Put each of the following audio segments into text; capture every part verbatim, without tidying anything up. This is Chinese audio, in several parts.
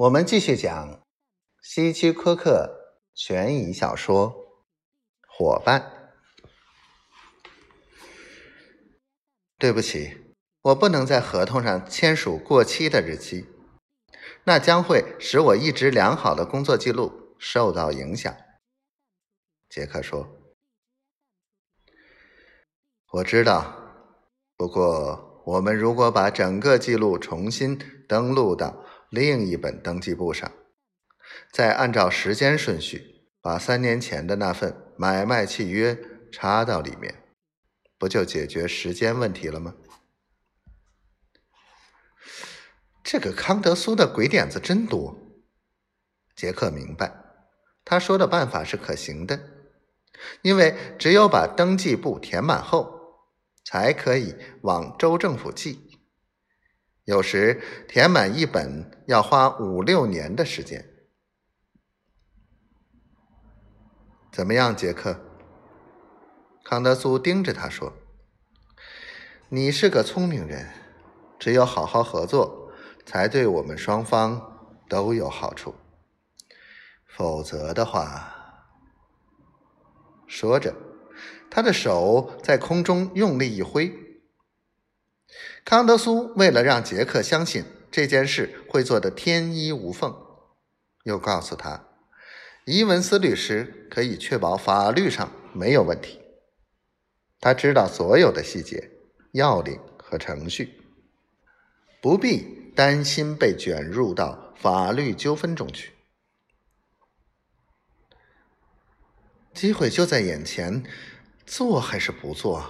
我们继续讲希区柯克悬疑小说《伙伴》。对不起，我不能在合同上签署过期的日期，那将会使我一直良好的工作记录受到影响。杰克说。我知道，不过我们如果把整个记录重新登录到另一本登记簿上，再按照时间顺序把三年前的那份买卖契约插到里面，不就解决时间问题了吗？这个康德苏的鬼点子真多。杰克明白，他说的办法是可行的，因为只有把登记簿填满后，才可以往州政府寄。有时填满一本要花五六年的时间。怎么样，杰克？康德苏盯着他说，你是个聪明人，只有好好合作，才对我们双方都有好处。否则的话，说着，他的手在空中用力一挥。康德苏为了让杰克相信这件事会做得天衣无缝，又告诉他，伊文斯律师可以确保法律上没有问题。他知道所有的细节、要领和程序，不必担心被卷入到法律纠纷中去。机会就在眼前，做还是不做？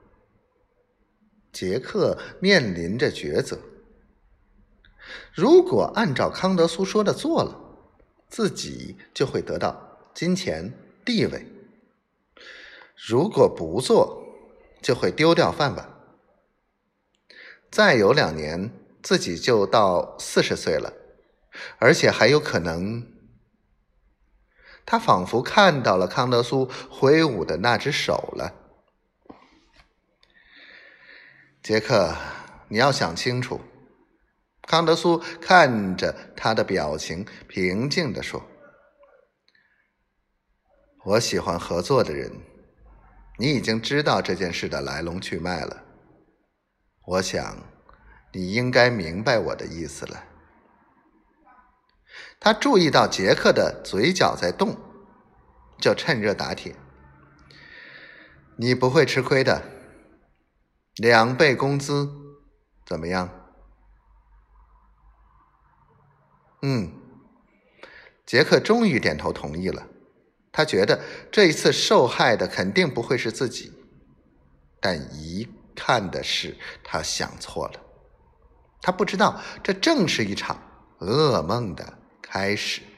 杰克面临着抉择。如果按照康德苏说的做了，自己就会得到金钱、地位；如果不做，就会丢掉饭碗。再有两年，自己就到四十岁了，而且还有可能……他仿佛看到了康德苏挥舞的那只手了。杰克，你要想清楚。康德苏看着他的表情，平静地说，我喜欢合作的人，你已经知道这件事的来龙去脉了。我想你应该明白我的意思了。他注意到杰克的嘴角在动，就趁热打铁，你不会吃亏的，两倍工资怎么样？嗯，杰克终于点头同意了。他觉得这一次受害的肯定不会是自己，但遗憾的是他想错了。他不知道这正是一场噩梦的开始。